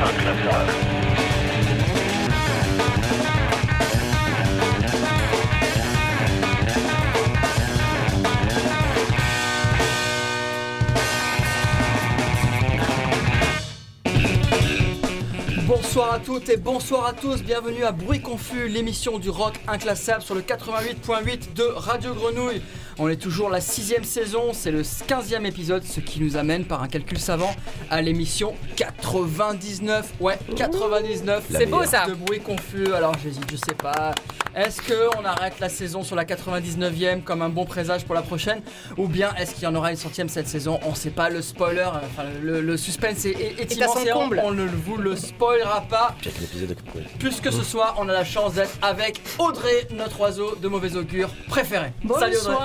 Bonsoir à toutes et bonsoir à tous, bienvenue à Bruit Confus, l'émission du rock inclassable sur le 88.8 de Radio Grenouille. On est toujours la 6e saison, c'est le 15e épisode, ce qui nous amène par un calcul savant à l'émission 99. Ouais, 99, c'est beau ça. De Bruit Confus, alors j'hésite, je sais pas. Est-ce qu'on arrête la saison sur la 99e comme un bon présage pour la prochaine? Ou bien est-ce qu'il y en aura une 100e cette saison? On sait pas, le spoiler, enfin le suspense est immense et on ne vous le spoilera pas. Puisque ce soir, on a la chance d'être avec Audrey, notre oiseau de mauvais augure préféré. Bonsoir. Salut Audrey.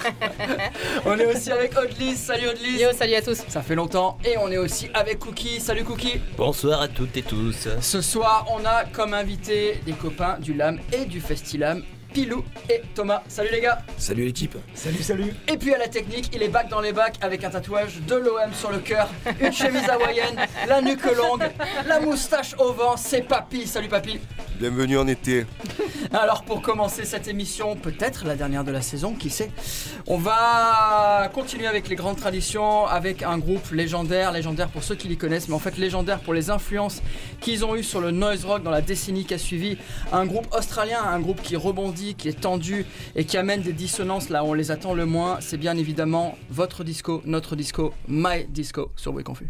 On est aussi avec Odlis. Salut Odlis. Yo, salut à tous. Ça fait longtemps. Et on est aussi avec Cookie. Salut Cookie. Bonsoir à toutes et tous. Ce soir, on a comme invité des copains du LAM et du Festilam, Pilou et Thomas. Salut les gars. Salut l'équipe. Salut. Et puis à la technique, il est back dans les bacs avec un tatouage de l'OM sur le cœur, une chemise hawaïenne, la nuque longue, la moustache au vent, c'est Papy. Salut Papy. Bienvenue en été. Alors pour commencer cette émission, peut-être la dernière de la saison, qui sait, on va continuer avec les grandes traditions, avec un groupe légendaire pour ceux qui les connaissent, mais en fait légendaire pour les influences qu'ils ont eues sur le noise rock dans la décennie qui a suivi. Un groupe australien, un groupe qui rebondit, qui est tendu et qui amène des dissonances là où on les attend le moins. C'est bien évidemment votre disco, notre disco, My Disco sur Bruit Confus.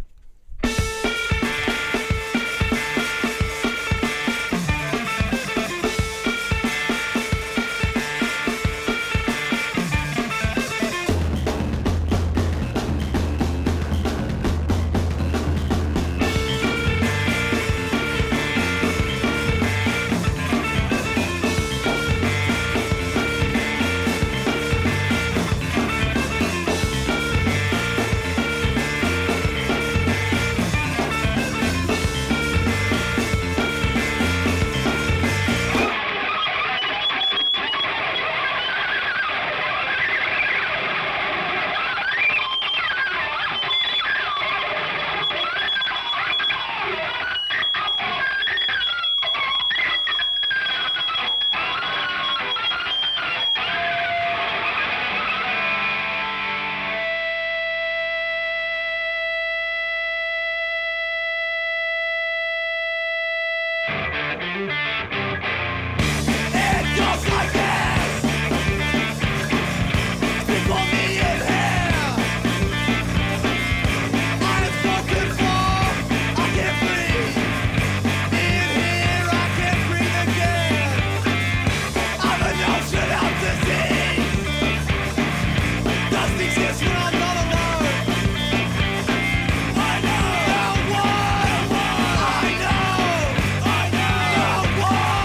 I know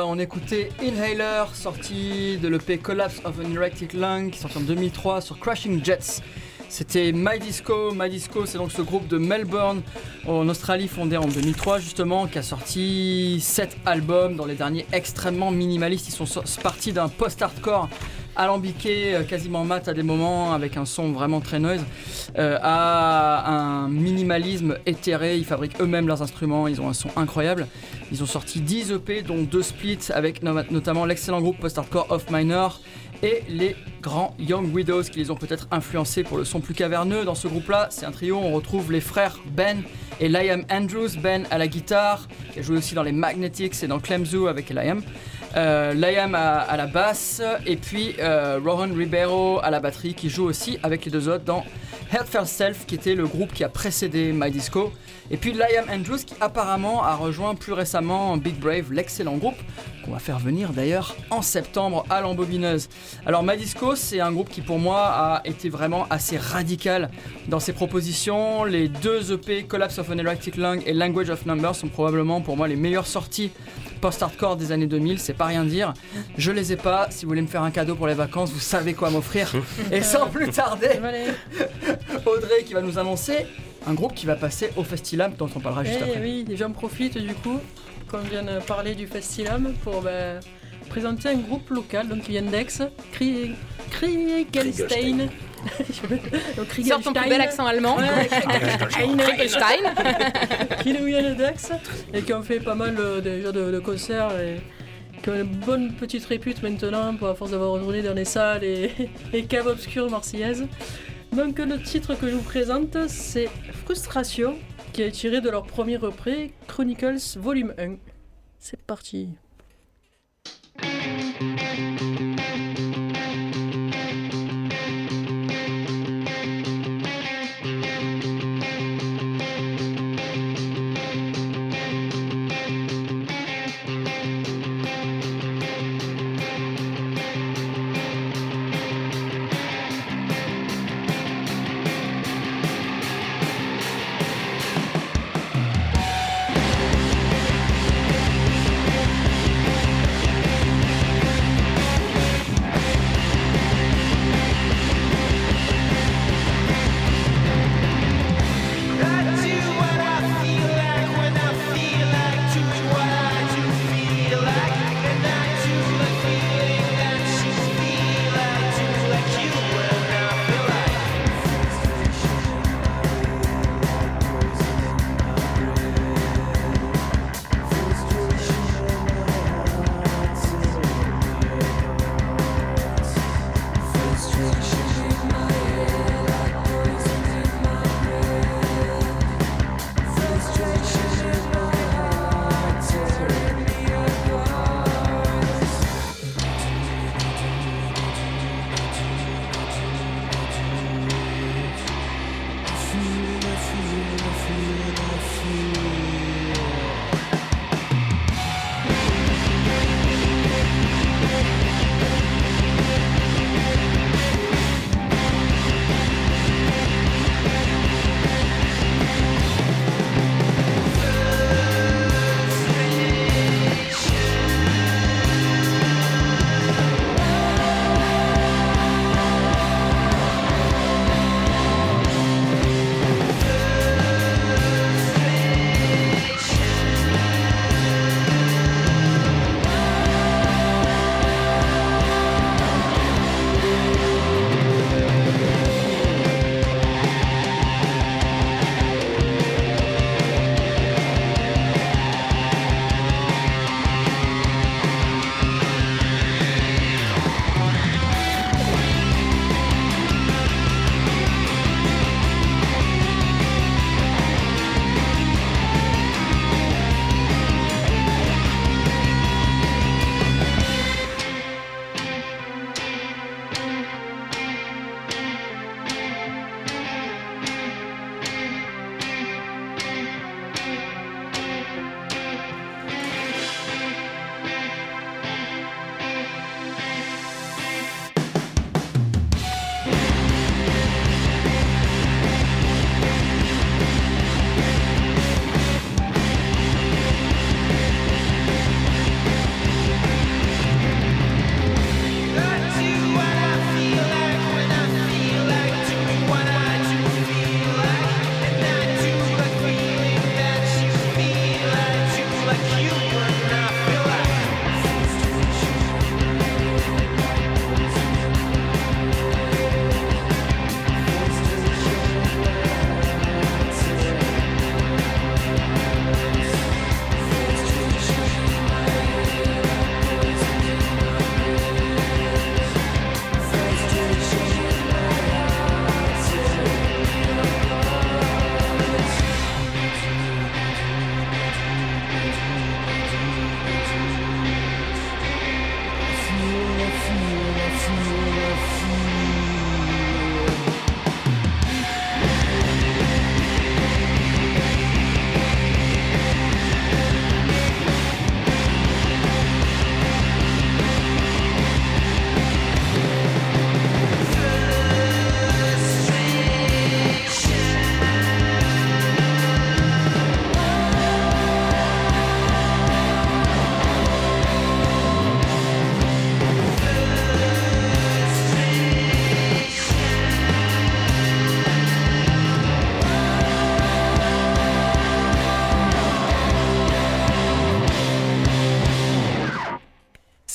on écoutait Inhaler, sorti de l'EP Collapse of an Erected Lung, sorti en 2003 sur Crashing Jets. C'était My Disco. My Disco, c'est donc ce groupe de Melbourne en Australie fondé en 2003 justement, qui a sorti 7 albums, dans les derniers extrêmement minimalistes. Ils sont partis d'un post-hardcore alambiqué, quasiment mat à des moments, avec un son vraiment très noise, à un minimalisme éthéré. Ils fabriquent eux-mêmes leurs instruments, ils ont un son incroyable. Ils ont sorti 10 EP, dont 2 splits, avec notamment l'excellent groupe post-hardcore Off Minor et les grands Young Widows qui les ont peut-être influencés pour le son plus caverneux. Dans ce groupe-là, c'est un trio, on retrouve les frères Ben et Liam Andrews. Ben à la guitare, qui a joué aussi dans les Magnetics et dans Clemzoo avec Liam. Liam à la basse, et puis Rohan Ribeiro à la batterie, qui joue aussi avec les deux autres dans Heartfelt Self, qui était le groupe qui a précédé My Disco. Et puis Liam Andrews, qui apparemment a rejoint plus récemment Big Brave, l'excellent groupe qu'on va faire venir d'ailleurs en septembre à l'embobineuse. Alors My Disco, c'est un groupe qui pour moi a été vraiment assez radical dans ses propositions. Les 2 EP, Collapse of an Erected Lung et Language of Numbers, sont probablement pour moi les meilleures sorties post-hardcore des années 2000, c'est pas rien dire. Je les ai pas, si vous voulez me faire un cadeau pour les vacances, vous savez quoi m'offrir. Et sans plus tarder, Audrey qui va nous annoncer un groupe qui va passer au Festilam, dont on parlera juste après. Oui, j'en profite du coup, quand on vient de parler du Festilam, pour présenter un groupe local, donc qui vient d'Aix, Kriegelstein. Sors ton plus bel accent allemand. Kriegelstein. Qui viennent d'Aix et qui ont fait pas mal déjà de concerts et qui ont une bonne petite répute maintenant, à force d'avoir retourné dans les salles et caves obscures marseillaises. Donc le titre que je vous présente, c'est Frustration, qui est tiré de leur premier EP, Chronicles Volume 1. C'est parti.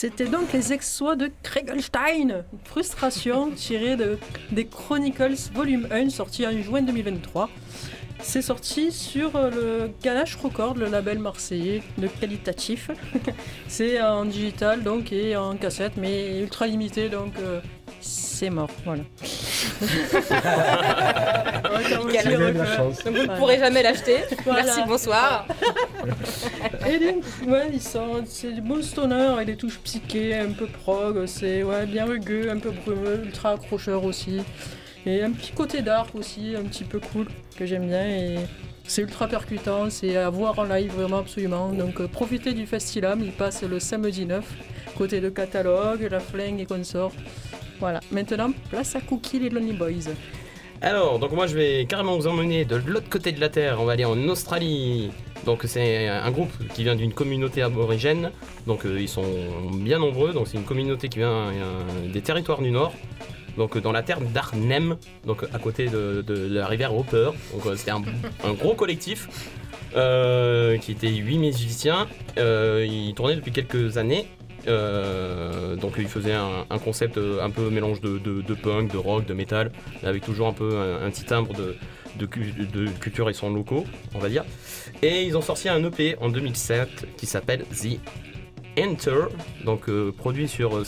C'était donc les exploits de Kregelstein, frustration tirée des Chronicles Volume 1, sorti en juin 2023. C'est sorti sur le Ganache Record, le label marseillais de qualitatif. C'est en digital donc et en cassette, mais ultra limité, donc c'est mort. Voilà. Donc vous ne pourrez jamais l'acheter. Voilà. Merci, bonsoir. Et donc, c'est du bon stoner et des touches psyché, un peu prog, c'est bien rugueux, un peu brumeux, ultra accrocheur aussi. Et un petit côté dark aussi, un petit peu cool, que j'aime bien. Et c'est ultra percutant, c'est à voir en live vraiment absolument. Donc profitez du Festilam, il passe le samedi 9, côté de catalogue, la flingue et consorts. Voilà, maintenant place à Cookie les Lonely Boys. Alors, donc moi je vais carrément vous emmener de l'autre côté de la Terre, on va aller en Australie. Donc c'est un groupe qui vient d'une communauté aborigène, donc ils sont bien nombreux, donc c'est une communauté qui vient des territoires du Nord. Donc dans la terre d'Arnhem, donc à côté de la rivière Roper. Donc c'était un gros collectif qui était 8 musiciens. Ils tournaient depuis quelques années. Donc ils faisaient un concept un peu mélange de punk, de rock, de métal, avec toujours un peu un petit timbre de culture et sons locaux, on va dire. Et ils ont sorti un EP en 2007 qui s'appelle The Enter, donc produit sur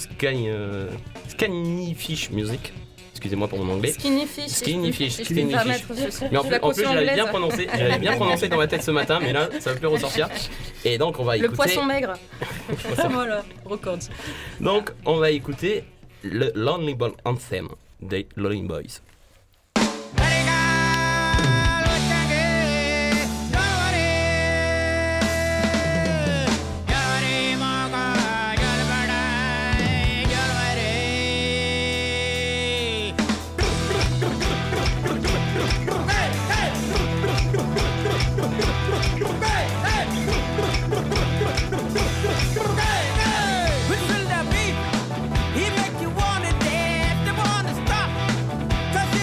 Skinnyfish Music. Excusez-moi pour mon anglais. Skinnyfish. Mais en plus j'avais bien prononcé dans ma tête ce matin, mais là ça va plus ressortir. Et donc on va écouter. Le poisson maigre. Voilà, records. Donc on va écouter le Lonely Ball Anthem des Lonely Boys. He make you wanna dance, they wanna stop. 'Cause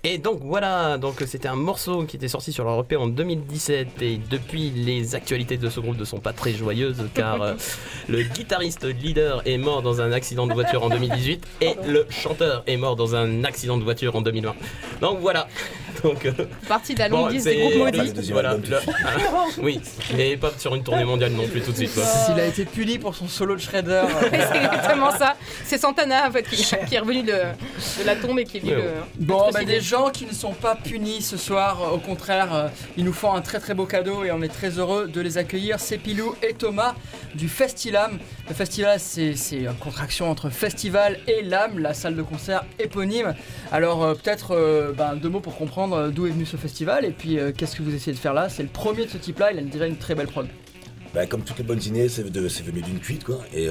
Et donc voilà, donc c'était un morceau qui était sorti sur leur EP en 2017 et depuis les actualités de ce groupe ne sont pas très joyeuses car le guitariste leader est mort dans un accident de voiture en 2018 et le chanteur est mort dans un accident de voiture en 2020. Donc voilà. Donc partie de la longue liste des groupes maudits. Voilà. Oui, mais pas sur une tournée mondiale non plus tout de suite. Quoi. Il a été puni pour son solo de Shredder. C'est exactement ça. C'est Santana en fait qui est revenu de la tombe et qui est venu. Bon, des gens qui ne sont pas punis ce soir, au contraire, ils nous font un très très beau cadeau et on est très heureux de les accueillir. C'est Pilou et Thomas du Festilam. Le festival, c'est une contraction entre festival et LAM, la salle de concert éponyme. Alors peut-être 2 mots pour comprendre d'où est venu ce festival et puis qu'est-ce que vous essayez de faire là. C'est le premier de ce type-là, il a déjà une très belle prod. Comme toutes les bonnes idées, c'est venu d'une cuite quoi. Et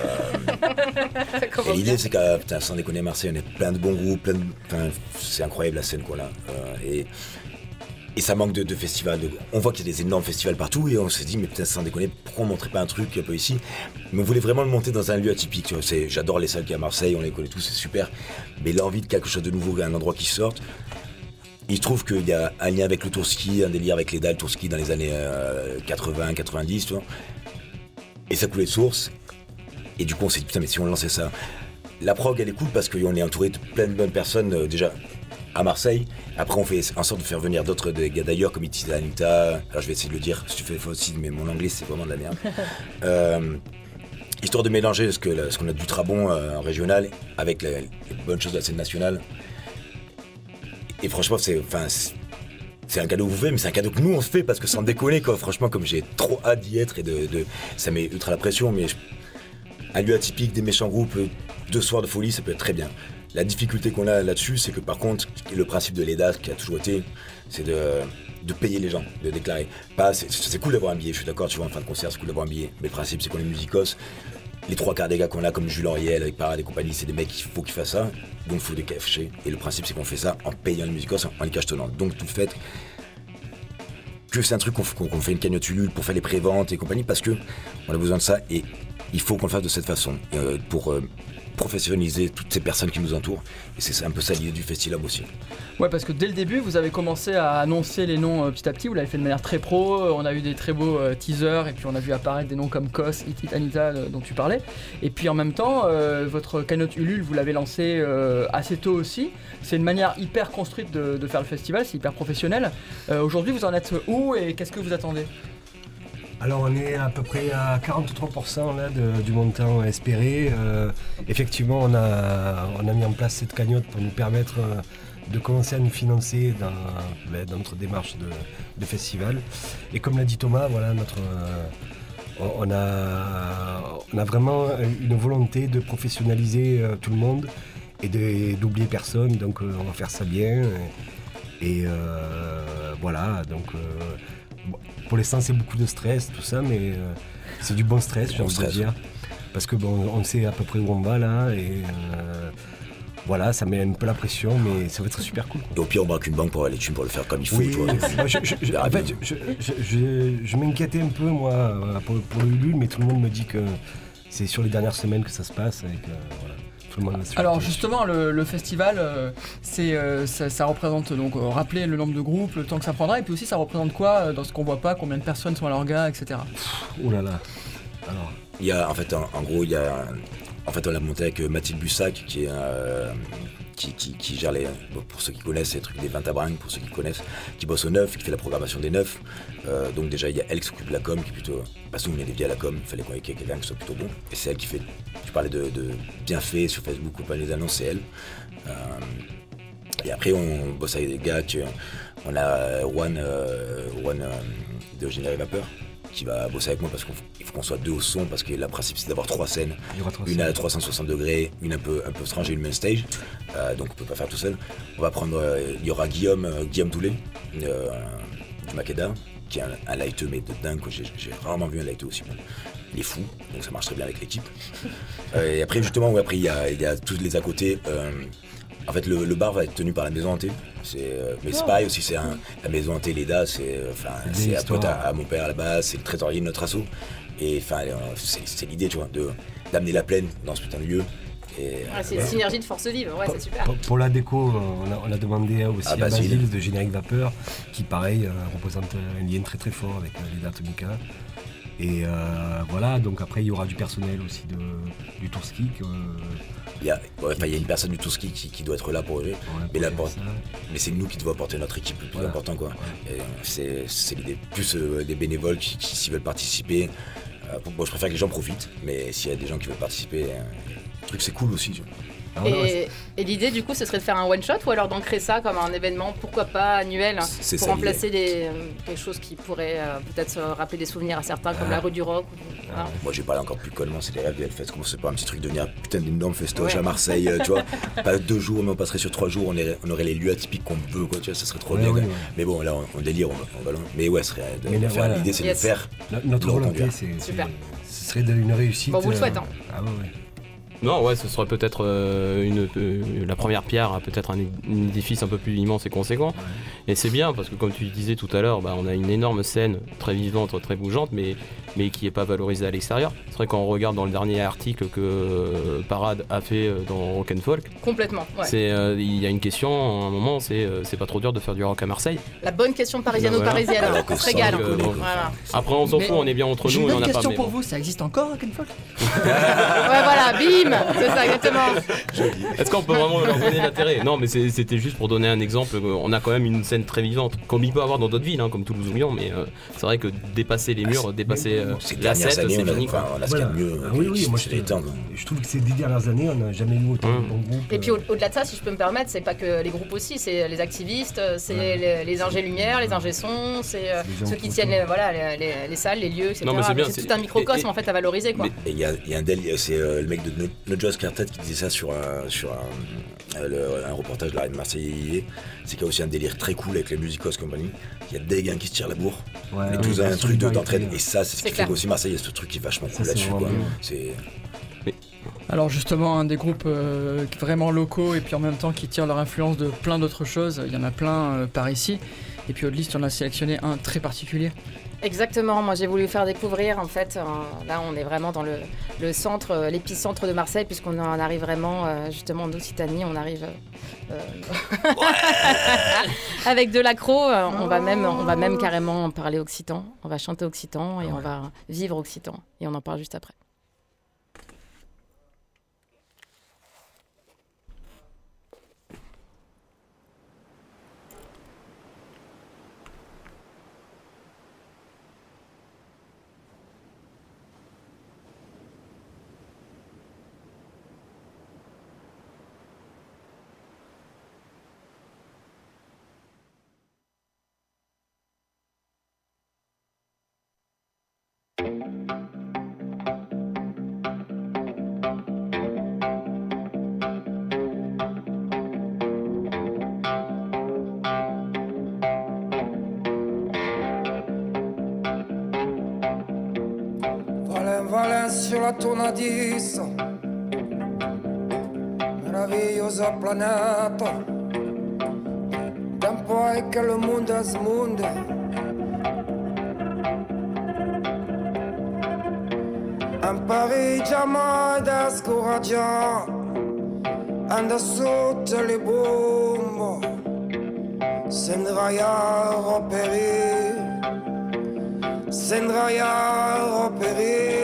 l'idée c'est qu'à sans déconner, Marseille, on est plein de bons groupes, c'est incroyable la scène qu'on a. Et ça manque de festivals. On voit qu'il y a des énormes festivals partout et on s'est dit mais putain sans déconner, pourquoi on montrait pas un truc un peu ici. Mais on voulait vraiment le monter dans un lieu atypique. Tu vois. J'adore les salles qu'il y a à Marseille, on les connaît tous, c'est super. Mais l'envie de quelque chose de nouveau, un endroit qui sorte. Il se trouve qu'il y a un lien avec le tour-ski, un délire avec les dalles tour-ski dans les années 80, 90, tu vois. Et ça coulait de source. Et du coup, on s'est dit, putain, mais si on lançait ça. La prog, elle est cool parce qu'on est entouré de plein de bonnes personnes, déjà à Marseille. Après, on fait en sorte de faire venir d'autres gars d'ailleurs, comme Itida Anita. Alors, je vais essayer de le dire, si tu fais aussi, mais mon anglais, c'est vraiment de la merde. Histoire de mélanger ce qu'on a du Trabon en régional avec les bonnes choses de la scène nationale. Et franchement, c'est un cadeau que vous faites, mais c'est un cadeau que nous on se fait parce que sans déconner, quoi. Franchement, comme j'ai trop hâte d'y être et ça met ultra la pression, mais un lieu atypique, des méchants groupes, 2 soirs de folie, ça peut être très bien. La difficulté qu'on a là-dessus, c'est que par contre, le principe de l'EDA qui a toujours été, c'est de payer les gens, de déclarer. C'est cool d'avoir un billet, je suis d'accord, tu vois, en fin de concert, c'est cool d'avoir un billet, mais le principe, c'est qu'on est musicos. Les 3/4 des gars qu'on a, comme Jules Henriel, avec Parade et compagnie, c'est des mecs qu'il faut qu'ils fassent ça, donc il faut des cachets. Et le principe, c'est qu'on fait ça en payant les musicos, en les cachetonnant. Donc tout le fait que c'est un truc qu'on fait une cagnotte Ulule pour faire les préventes et compagnie, parce que on a besoin de ça et il faut qu'on le fasse de cette façon pour professionnaliser toutes ces personnes qui nous entourent. Et c'est un peu ça l'idée du Festival aussi. Ouais, parce que dès le début, vous avez commencé à annoncer les noms petit à petit. Vous l'avez fait de manière très pro. On a eu des très beaux teasers et puis on a vu apparaître des noms comme Kos, Anita dont tu parlais. Et puis en même temps, votre cagnotte Ulule, vous l'avez lancé assez tôt aussi. C'est une manière hyper construite de faire le festival, c'est hyper professionnel. Aujourd'hui, vous en êtes où et qu'est-ce que vous attendez ? Alors on est à peu près à 43% là, du montant espéré. Effectivement, on a mis en place cette cagnotte pour nous permettre de commencer à nous financer dans notre démarche de festival. Et comme l'a dit Thomas, voilà, on a vraiment une volonté de professionnaliser tout le monde et d'oublier personne. Donc on va faire ça bien. Et voilà, donc... Pour l'instant, c'est beaucoup de stress, tout ça, mais c'est du bon stress, j'ai envie de dire. Parce que on sait à peu près où on va là, et voilà, ça met un peu la pression, mais ça va être super cool. Et au pire, on braque une banque pour avoir les thunes pour le faire comme il faut. Oui, tu vois. En fait, je m'inquiétais un peu, moi, pour le Ulule, mais tout le monde me dit que c'est sur les dernières semaines que ça se passe, et que voilà. Alors justement, le festival, ça représente, donc rappelez le nombre de groupes, le temps que ça prendra, et puis aussi ça représente quoi dans ce qu'on voit pas, combien de personnes sont à l'orga, etc. Oh là là. Alors. Il y a en fait, en gros, on l'a monté avec Mathilde Bussac qui est qui gère pour ceux qui connaissent les trucs des Vintabringues, pour ceux qui connaissent, qui bosse au neuf, qui fait la programmation des neufs. Donc déjà il y a elle qui s'occupe de la com, qui est plutôt, parce que nous on est dévié à la com, il fallait qu'on ait quelqu'un qui soit plutôt bon. Et c'est elle qui fait, tu parlais de bienfaits sur Facebook ou pas les annonces, c'est elle. Et après on bosse avec des gars, on a Juan de Générer Vapeur, qui va bosser avec moi parce qu'il faut qu'on soit 2 au son, parce que le principe c'est d'avoir 3 scènes, une à 360 degrés, une un peu strange et une main stage, donc on peut pas faire tout seul. On va prendre, il y aura Guillaume Toulet du Makeda, qui est un lighteux mais de dingue, quoi. J'ai rarement vu un lighteux aussi bon. Il est fou, donc ça marche très bien avec l'équipe. Et après justement, il y a tous les à côté. En fait, le bar va être tenu par la Maison Hantée. Mais c'est pareil aussi, la Maison Hantée, l'EDA, c'est un pote à mon père à la base, c'est le trésorier de notre asso. Et c'est l'idée, tu vois, d'amener la plaine dans ce putain de lieu. C'est une synergie de force vive, c'est super. Pour la déco, on a demandé aussi à Basile de Générique Vapeur, qui pareil représente un lien très très fort avec les Atomica. Et voilà, donc après il y aura du personnel aussi du Tourski. Il y a une personne du Tourski qui doit être là pour eux, mais c'est nous qui devons apporter notre équipe le plus important, quoi. Et c'est l'idée, plus des bénévoles qui s'y veulent participer. Bon, je préfère que les gens profitent, mais s'il y a des gens qui veulent participer, le truc c'est cool aussi. Tu vois. Et l'idée du coup ce serait de faire un one shot ou alors d'ancrer ça comme un événement, pourquoi pas annuel, pour remplacer quelque chose qui pourrait peut-être rappeler des souvenirs à certains comme la rue du Rock. Moi j'ai parlé encore plus connement, c'est les rêves du Hellfest, commencer par un petit truc, devenir putain d'énorme festoche à Marseille, tu vois, pas 2 jours mais on passerait sur 3 jours, on aurait les lieux atypiques qu'on veut, quoi, tu vois, ça serait trop bien. Ouais. Mais bon là on délire, on va loin. Mais ouais, l'idée c'est de faire. Notre volonté ce serait une réussite. Bon, vous le souhaitez. Non, ce serait peut-être la première pierre à peut-être un édifice un peu plus immense et conséquent. Et c'est bien parce que comme tu disais tout à l'heure, on a une énorme scène très vivante, très bougeante, mais qui n'est pas valorisée à l'extérieur. C'est vrai quand on regarde dans le dernier article que Parade a fait dans Rock & Folk. Complètement. Il y a une question, à un moment, c'est pas trop dur de faire du rock à Marseille. La bonne question parisiano-parisienne. On se régale. Voilà. Après on s'en fout, on est bien entre nous. J'ai une question pour vous, ça existe encore Rock & Folk? Voilà, bim. C'est ça, exactement. Est-ce qu'on peut vraiment leur donner l'intérêt? Non, mais c'était juste pour donner un exemple. On a quand même une scène très vivante, comme il peut avoir dans d'autres villes, comme Toulouse ou Lyon, mais c'est vrai que dépasser les murs, dépasser la scène, c'est fini. On a ce qu'il y a de mieux. Oui, moi je trouve que ces 10 dernières années, on n'a jamais eu autant de bons groupes. Et puis au-delà de ça, si je peux me permettre, c'est pas que les groupes aussi, c'est les activistes, c'est les ingés lumière, les ingés son, c'est ceux qui tiennent les salles, les lieux, etc. C'est tout un microcosme en fait à valoriser, quoi. Et il y a un délire, c'est le mec de No Joss Quartet qui disait ça sur un reportage de la reine Marseille, c'est qu'il y a aussi un délire très cool avec les Musicos Company. Il y a des gars qui se tirent la bourre, mais tout un truc d'entraide. Et ça, c'est ce qui fait aussi Marseille, il y a ce truc qui est vachement cool là-dessus. Alors justement, un des groupes vraiment locaux et puis en même temps qui tirent leur influence de plein d'autres choses, il y en a plein par ici. Et puis au-delà, on a sélectionné un très particulier. Exactement, moi j'ai voulu faire découvrir en fait, là on est vraiment dans le centre, l'épicentre de Marseille puisqu'on en arrive vraiment justement en Occitanie, on arrive avec de l'accro, on va même carrément parler occitan, on va chanter occitan et on va vivre occitan et on en parle juste après. Sur la Tonadis, meravigliosa planeta, tempo è che il mondo è smondo, un Parigi mai da scoraggiare, anda sotto le bombe, sembra repérer.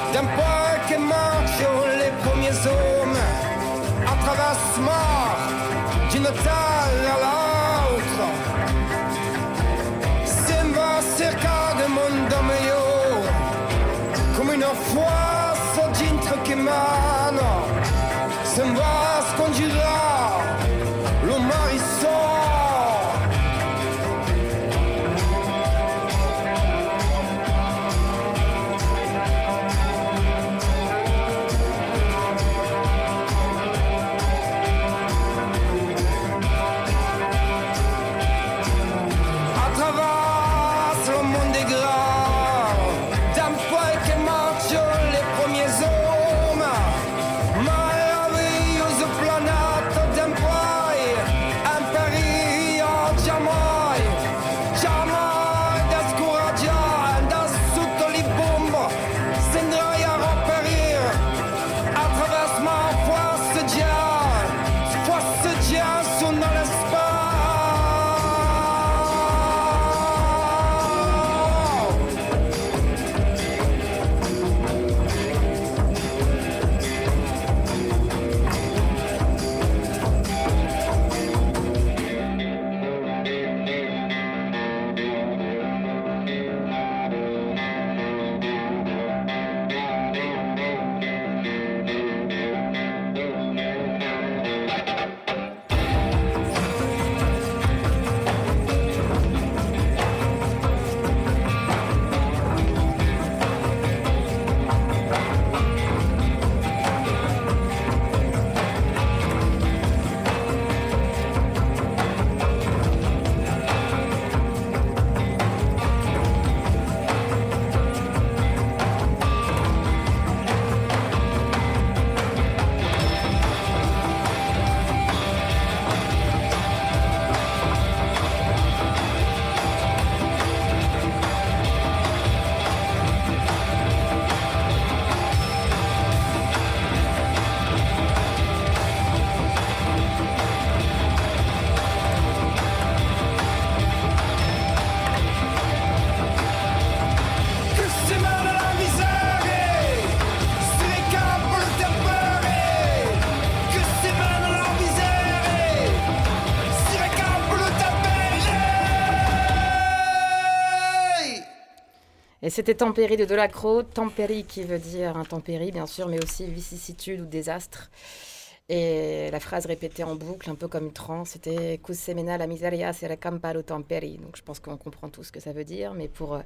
d'un poids che marchent les premiers hommes à traversement d'une terre à l'autre. Sembra cercare il mondo migliore come una forza dentro che mano. Sembra scongiurare lo marisò. Et c'était Tempéry de Delacroix, Tempéry qui veut dire intempérie bien sûr, mais aussi vicissitude ou désastre. Et la phrase répétée en boucle, un peu comme une transe, c'était « Cus semena la miseria se recamparo temperi ». Donc je pense qu'on comprend tout ce que ça veut dire, mais pour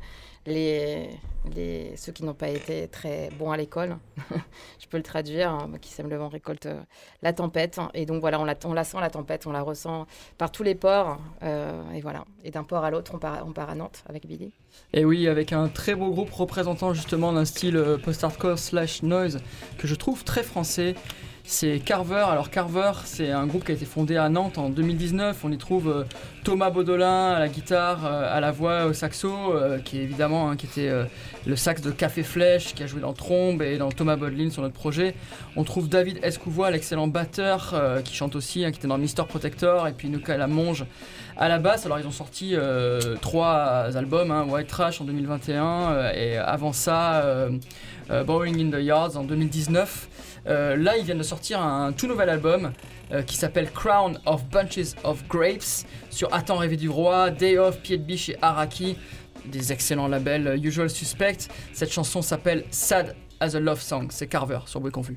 ceux qui n'ont pas été très bons à l'école, je peux le traduire, hein, qui sème le vent récolte la tempête. Et donc voilà, on la sent la tempête, on la ressent par tous les ports. Et voilà, et d'un port à l'autre, on part à Nantes avec Billy. Et oui, avec un très beau groupe représentant justement d'un style post-hardcore / noise que je trouve très français. C'est Carver. Alors Carver, c'est un groupe qui a été fondé à Nantes en 2019. On y trouve Thomas Baudolin à la guitare, à la voix, au saxo, qui est évidemment qui était le sax de Café Flèche, qui a joué dans Trombe et dans Thomas Bodlin sur notre projet. On trouve David Escouvois, l'excellent batteur, qui chante aussi, qui était dans Mister Protector, et puis Nuka Lamonge à la basse. Alors ils ont sorti 3 albums, White Trash en 2021, et avant ça Boring in the Yards en 2019. Là ils viennent de sortir un tout nouvel album qui s'appelle Crown of Bunches of Grapes sur Attends rêver du roi, Day of, Pied de Biche et Araki, des excellents labels Usual Suspect. Cette chanson s'appelle Sad as a Love Song. C'est Carver sur Bruit Confus.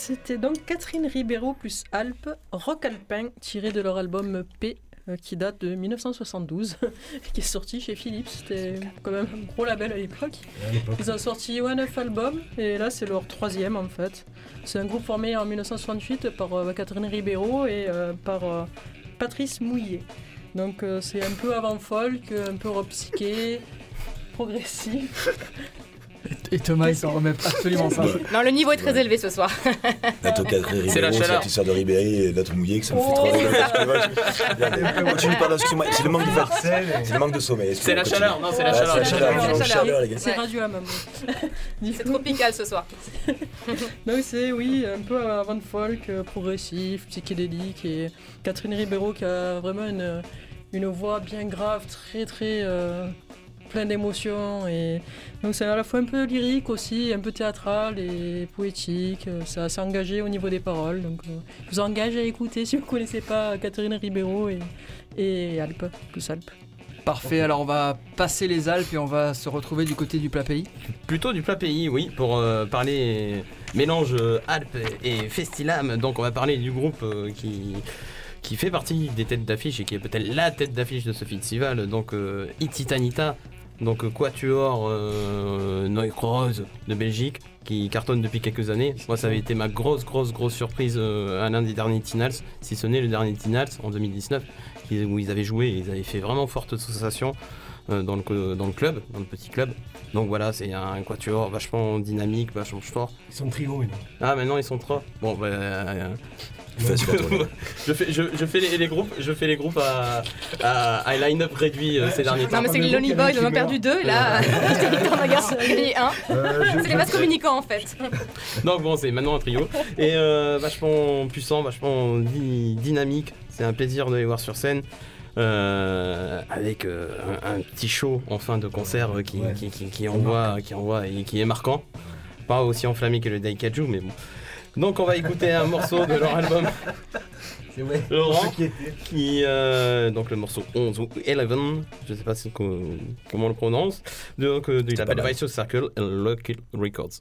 C'était donc Catherine Ribeiro plus Alpes, Rock Alpin, tiré de leur album P, qui date de 1972, qui est sorti chez Philips. C'était quand même un gros label à l'époque. Ils ont sorti 9 albums, et là c'est leur 3e en fait. C'est un groupe formé en 1968 par Catherine Ribeiro et par Patrice Mouillet. Donc c'est un peu avant folk, un peu rock psyché, progressif. Et Thomas, il s'en remet absolument pas. Non, le niveau est très élevé ce soir. Notre Catherine C'est la Ribeiro, chaleur. cette histoire de Ribéry et l'autre mouillé que ça me fait trop rire. Continue, pardon, excuse-moi, c'est le manque de c'est le manque de sommeil. C'est la chaleur, non, c'est la Ah, chaleur. c'est la chaleur, les gars. C'est radio à même. C'est tropical ce soir. Donc c'est un peu avant folk, progressif, psychédélique, et Catherine Ribeiro qui a vraiment une voix bien grave, très très pleine d'émotions, et donc c'est à la fois un peu lyrique aussi, un peu théâtral et poétique. C'est assez engagé au niveau des paroles, donc je vous engage à écouter si vous ne connaissez pas Catherine Ribeiro et Alpes, plus Alpes. Parfait, alors on va passer les Alpes et on va se retrouver du côté du plat pays. Plutôt du plat pays, oui, pour parler mélange Alpes et Festilam. Donc on va parler du groupe qui fait partie des têtes d'affiche et qui est peut-être la tête d'affiche de ce festival, donc Ititanita, donc quatuor Neukroz de Belgique, qui cartonne depuis quelques années. Moi ça avait été ma grosse surprise à l'un des derniers Tinals, si ce n'est le dernier Tinals en 2019, où ils avaient joué et ils avaient fait vraiment forte sensation dans le club, dans le petit club. Donc voilà, c'est un quatuor vachement dynamique, vachement fort. Ils sont trio, oui. Ah maintenant ils sont trois. Bon je fais les groupes à line-up réduit ces derniers temps. Non, mais c'est que les Lonely Boys, on en a perdu 2, là, on a gagné 1. C'est les vases communicants en fait. Donc bon, c'est maintenant un trio. Et vachement puissant, vachement dynamique. C'est un plaisir de les voir sur scène. Avec un petit show en fin de concert qui envoie et qui est marquant. Pas aussi enflammé que le Daikaju, mais bon. Donc on va écouter un morceau de leur album. C'est vrai. Laurent, donc le morceau 11 ou 11, je sais pas comment on le prononce, donc du label Vicious Circle et Lucky Records.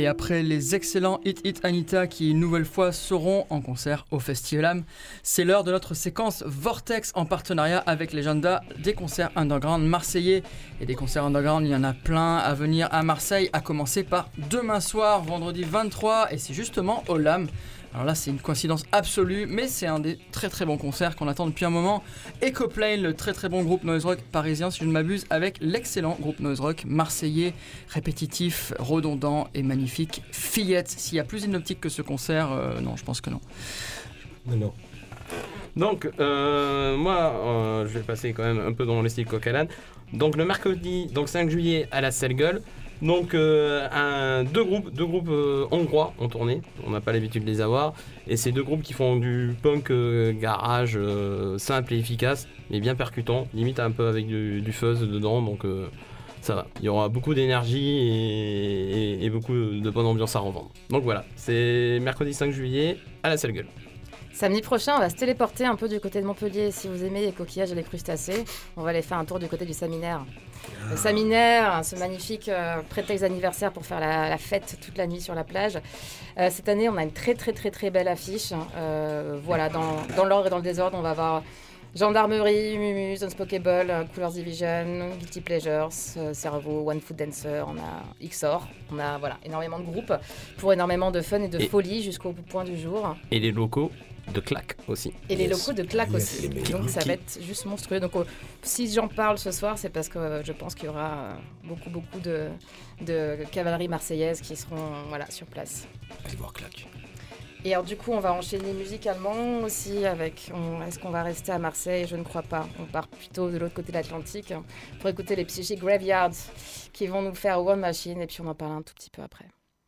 après les excellents Hit Hit Anita qui une nouvelle fois seront en concert au Festivalam, c'est l'heure de notre séquence Vortex en partenariat avec l'agenda des concerts underground marseillais. Et des concerts underground, il y en a plein à venir à Marseille, à commencer par demain soir, vendredi 23, et c'est justement au LAM. Alors là, c'est une coïncidence absolue, mais c'est un des très très bons concerts qu'on attend depuis un moment. Ecoplane, le très très bon groupe noise rock parisien, si je ne m'abuse, avec l'excellent groupe noise rock marseillais, répétitif, redondant et magnifique, Fillette. S'il y a plus inoptique que ce concert, non, je pense que non. Non. Donc, moi, je vais passer quand même un peu dans le style coq à l'âne. Donc, le mercredi, donc 5 juillet, à la Selle Gueule. Donc, deux groupes hongrois en tournée. On n'a pas l'habitude de les avoir. Et c'est deux groupes qui font du punk garage simple et efficace, mais bien percutant, limite un peu avec du fuzz dedans. Donc, ça va. Il y aura beaucoup d'énergie et beaucoup de bonne ambiance à revendre. Donc voilà, c'est mercredi 5 juillet à la Selle Gueule. Samedi prochain, on va se téléporter un peu du côté de Montpellier. Si vous aimez les coquillages et les crustacés, on va aller faire un tour du côté du Saminaire. Le Saminaire, ce magnifique prétexte d'anniversaire pour faire la fête toute la nuit sur la plage. Cette année, on a une très très très très belle affiche. Voilà, dans l'ordre et dans le désordre, on va avoir Gendarmerie, Mumus, Unspokeable, Coolers Division, Guilty Pleasures, Cerveau, One Foot Dancer, on a XOR. On a voilà, énormément de groupes pour énormément de fun et de folie jusqu'au point du jour. Et les locaux de claque aussi. Et les locaux de claque aussi. Les Donc ça va être juste monstrueux. Donc si j'en parle ce soir, c'est parce que je pense qu'il y aura beaucoup de cavalerie marseillaise qui seront sur place. Allez voir claque. Et alors du coup, on va enchaîner musicalement aussi avec... Est-ce qu'on va rester à Marseille? Je ne crois pas. On part plutôt de l'autre côté de l'Atlantique pour écouter les Psychic Graveyards qui vont nous faire War Machine et puis on en parle un tout petit peu après.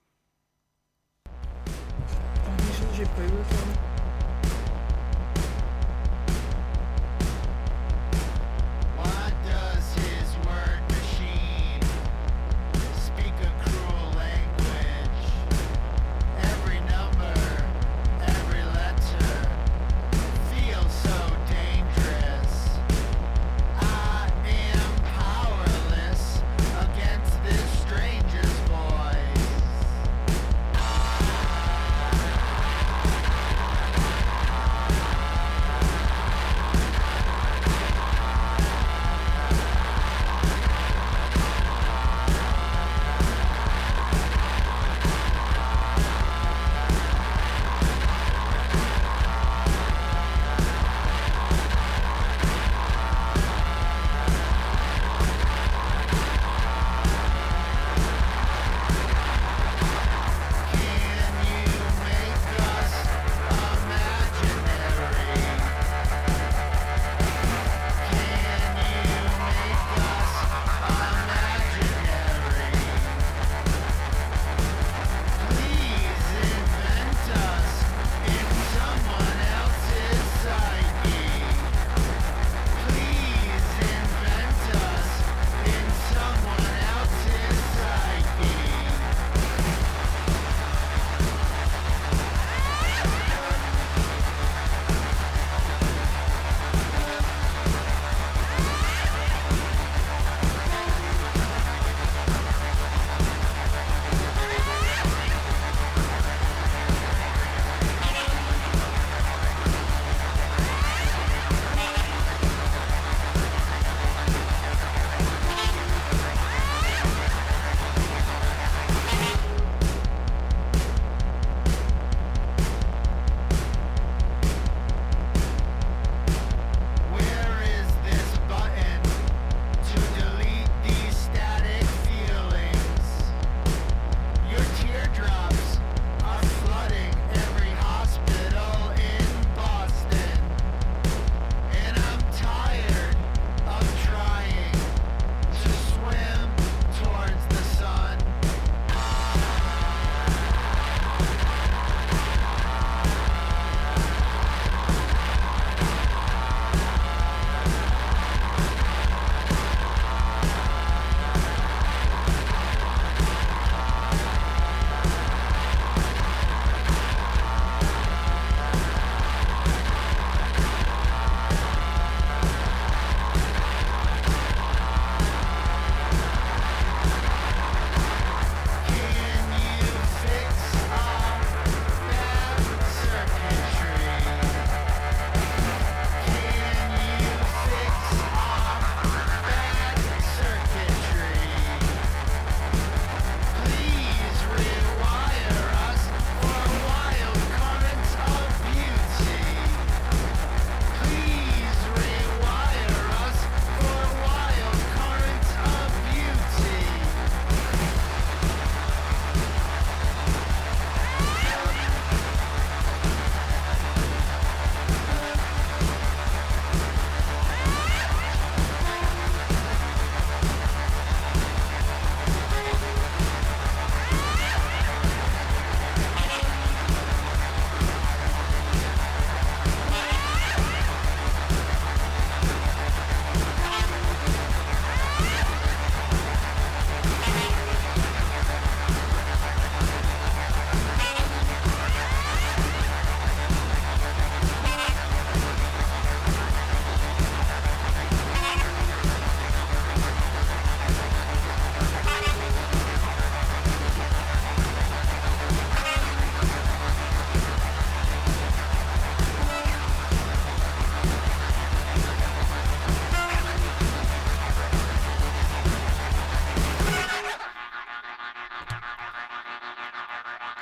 J'ai pas eu le temps. Stranger's voice.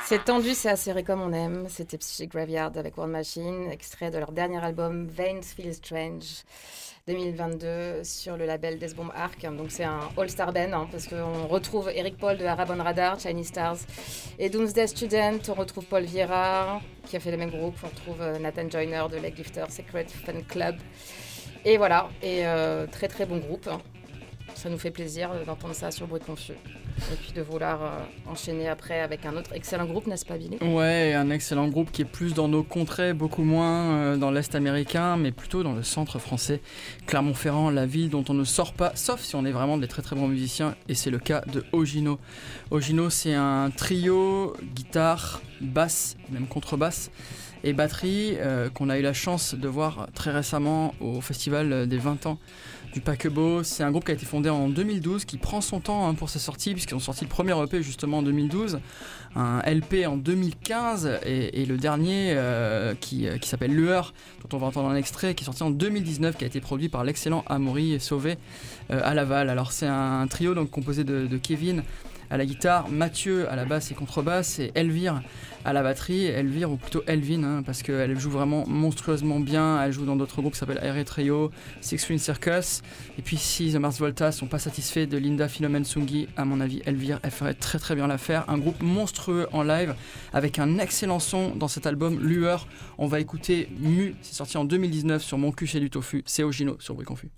C'est tendu, c'est acéré comme on aime. C'était Psychic Graveyard avec War Machine, extrait de leur dernier album Veins Feel Strange 2022 sur le label Death Bomb Arc. Donc c'est un all-star band parce qu'on retrouve Eric Paul de Arab on Radar, Chinese Stars et Doomsday Student. On retrouve Paul Vieira qui a fait le même groupe. On retrouve Nathan Joyner de Leg Lifter Secret Fan Club. Et voilà, et très très bon groupe. Ça nous fait plaisir d'entendre ça sur Bruit Confus. Et puis de vouloir enchaîner après avec un autre excellent groupe, n'est-ce pas Billy ? Ouais, un excellent groupe qui est plus dans nos contrées, beaucoup moins dans l'Est américain, mais plutôt dans le centre français. Clermont-Ferrand, la ville dont on ne sort pas, sauf si on est vraiment des très très bons musiciens, et c'est le cas de Ogino. Ogino, c'est un trio, guitare, basse, même contrebasse, et batterie, qu'on a eu la chance de voir très récemment au festival des 20 ans du Paquebot. C'est un groupe qui a été fondé en 2012, qui prend son temps pour sa sortie, puisqu'ils ont sorti le premier EP justement en 2012, un LP en 2015, et le dernier qui s'appelle Lueur, dont on va entendre un extrait, qui est sorti en 2019, qui a été produit par l'excellent Amaury Sauvé à Laval. Alors c'est un trio donc composé de Kevin à la guitare, Mathieu à la basse et contrebasse, et Elvire à la batterie. Elvire, ou plutôt Elvin, parce qu'elle joue vraiment monstrueusement bien. Elle joue dans d'autres groupes qui s'appellent Air Trio, Six String Circus. Et puis si The Mars Volta sont pas satisfaits de Linda Philomène Sungi, à mon avis, Elvire, elle ferait très très bien l'affaire. Un groupe monstrueux en live, avec un excellent son dans cet album Lueur. On va écouter Mu, c'est sorti en 2019 sur Mon cul chez du tofu. C'est Ogino sur Bruit Confus.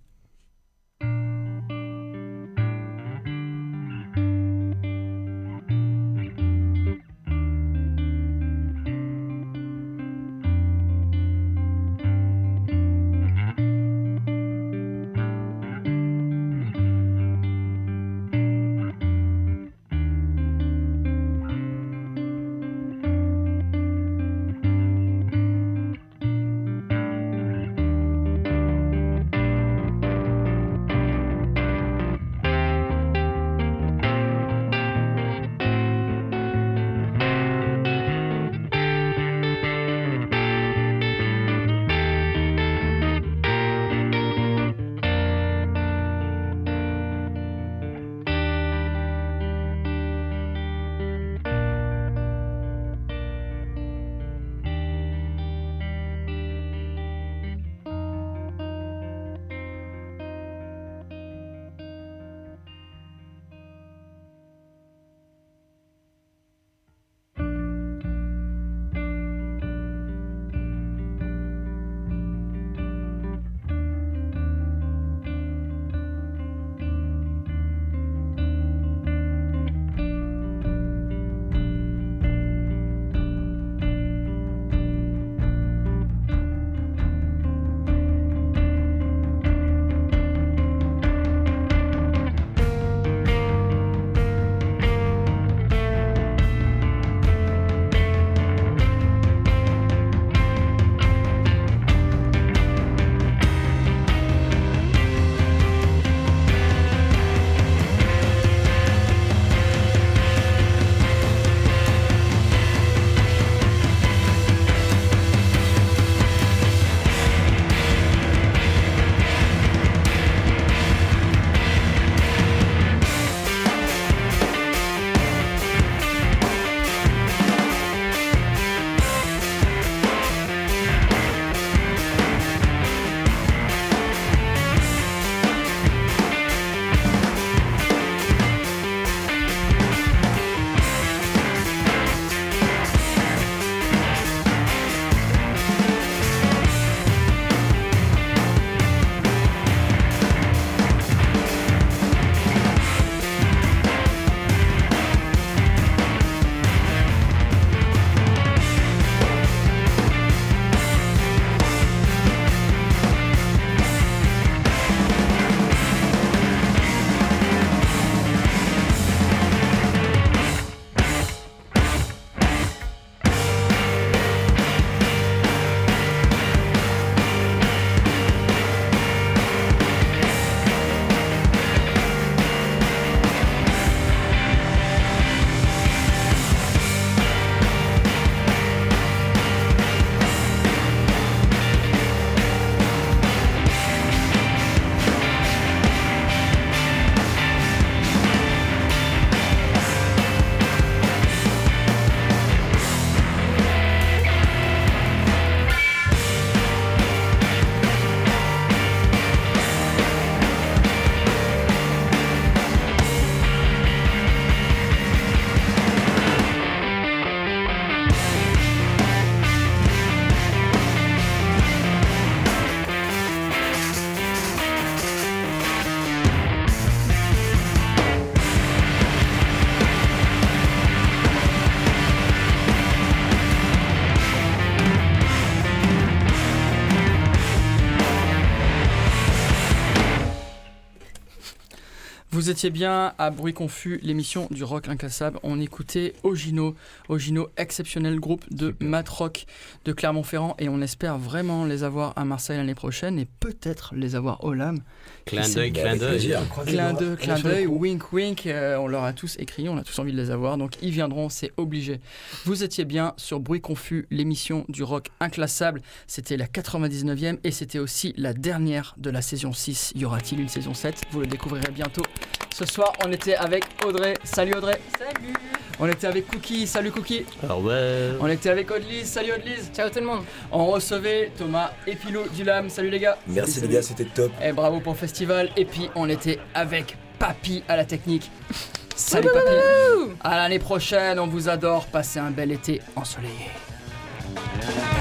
Vous étiez bien à Bruit Confus, l'émission du rock inclassable. On écoutait Ogino, exceptionnel groupe de mat rock de Clermont-Ferrand, et on espère vraiment les avoir à Marseille l'année prochaine et peut-être les avoir au LAM. Clin d'œil. Clin d'œil, wink wink, on leur a tous écrit, on a tous envie de les avoir, donc ils viendront, c'est obligé. Vous étiez bien sur Bruit Confus, l'émission du rock inclassable. C'était la 99e et c'était aussi la dernière de la saison 6. Y aura-t-il une saison 7 ? Vous le découvrirez bientôt. Ce soir, on était avec Audrey. Salut Audrey. Salut. On était avec Cookie. Salut Cookie. Au revoir. On était avec Audelise. Salut Audelise. Ciao tout le monde. On recevait Thomas et Pilou du LAM. Salut les gars. Merci les gars, c'était top. Et bravo pour le festival. Et puis on était avec Papy à la technique. Salut Papy. À l'année prochaine. On vous adore. Passez un bel été ensoleillé.